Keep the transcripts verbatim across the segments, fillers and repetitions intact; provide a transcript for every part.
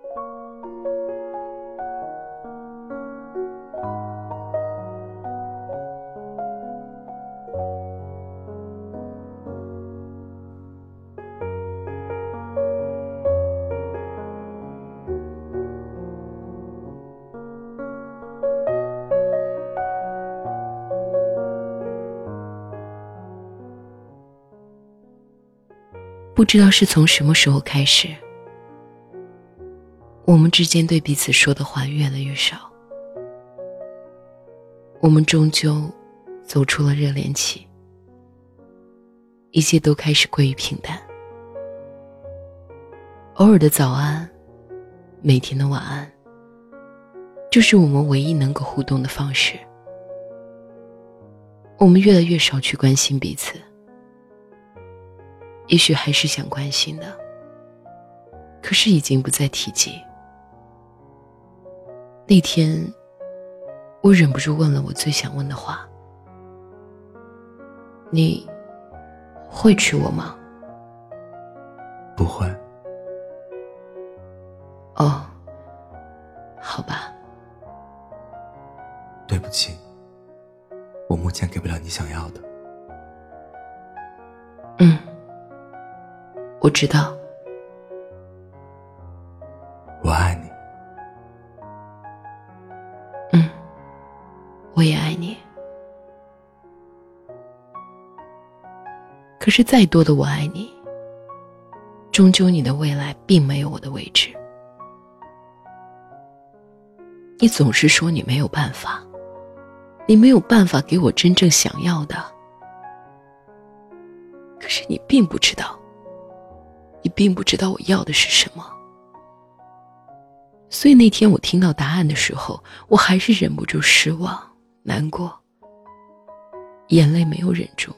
不知道是从什么时候开始，我们之间对彼此说的话越来越少，我们终究走出了热恋期，一切都开始归于平淡。偶尔的早安，每天的晚安，就是我们唯一能够互动的方式。我们越来越少去关心彼此，也许还是想关心的，可是已经不再提及。那天我忍不住问了我最想问的话，你会娶我吗？ 不会。 哦，好吧。 对不起，我目前给不了你想要的。 嗯，我知道。 我爱你。 嗯，我也爱你。可是再多的我爱你，终究你的未来并没有我的位置。你总是说你没有办法，你没有办法给我真正想要的。可是你并不知道，你并不知道我要的是什么。所以那天我听到答案的时候，我还是忍不住失望、难过，眼泪没有忍住。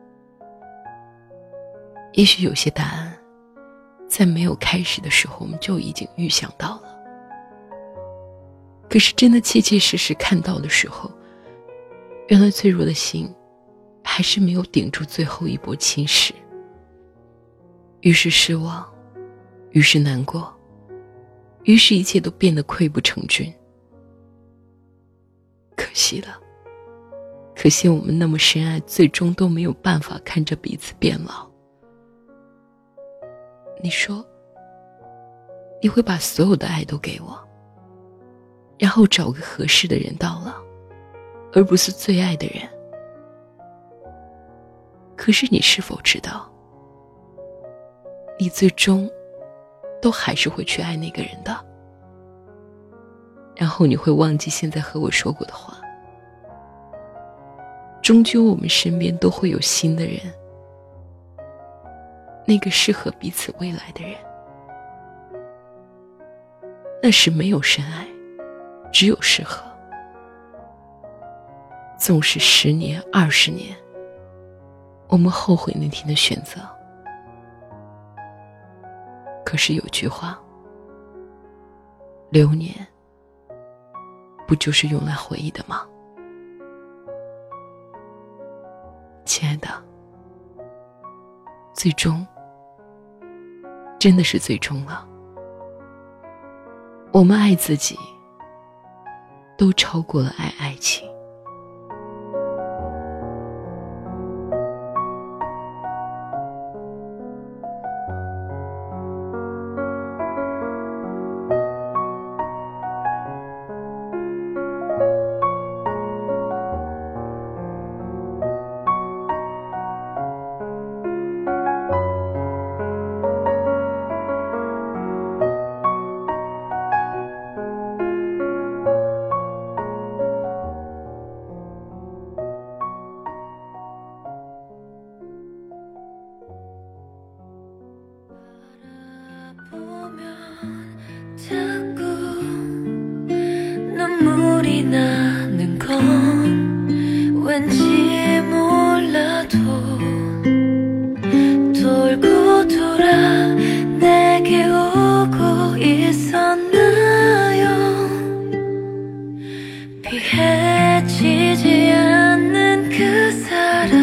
也许有些答案，在没有开始的时候，我们就已经预想到了。可是真的切切实实看到的时候，原来脆弱的心还是没有顶住最后一波侵蚀。于是失望，于是难过，于是一切都变得溃不成军。可惜了，可惜我们那么深爱，最终都没有办法看着彼此变老。你说，你会把所有的爱都给我，然后找个合适的人到老，而不是最爱的人。可是你是否知道，你最终都还是会去爱那个人的，然后你会忘记现在和我说过的话。终究我们身边都会有新的人，那个适合彼此未来的人。那时没有深爱，只有适合。纵使十年、二十年，我们后悔那天的选择。可是有句话，流年不就是用来回忆的吗？亲爱的，最终真的是最终了。我们爱自己，都超过了爱爱情。 나는 건 왠지 몰라도 돌고 돌아 내게 오고 있었나요? 피해지지 않는 그 사람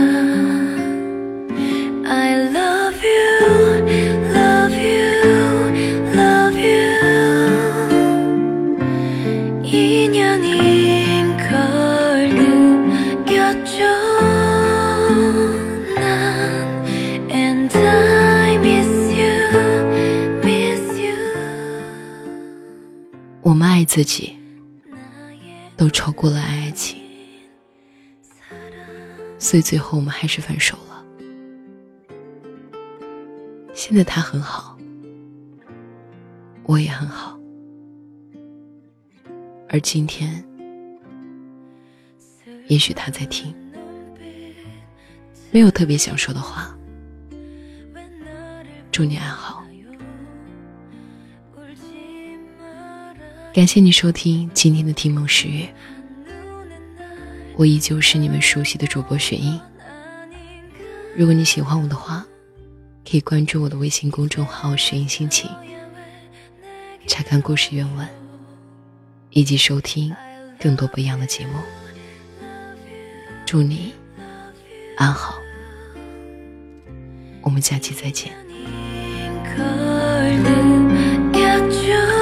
I love you, love you, love you 爱自己都超过了爱爱情，所以最后我们还是分手了。现在他很好，我也很好，而今天也许他在听，没有特别想说的话，祝你安好。感谢你收听今天的听梦十月，我依旧是你们熟悉的主播雪英。如果你喜欢我的话，可以关注我的微信公众号雪英心情，查看故事原文，以及收听更多不一样的节目。祝你安好，我们下期再见。 걸 느껴줘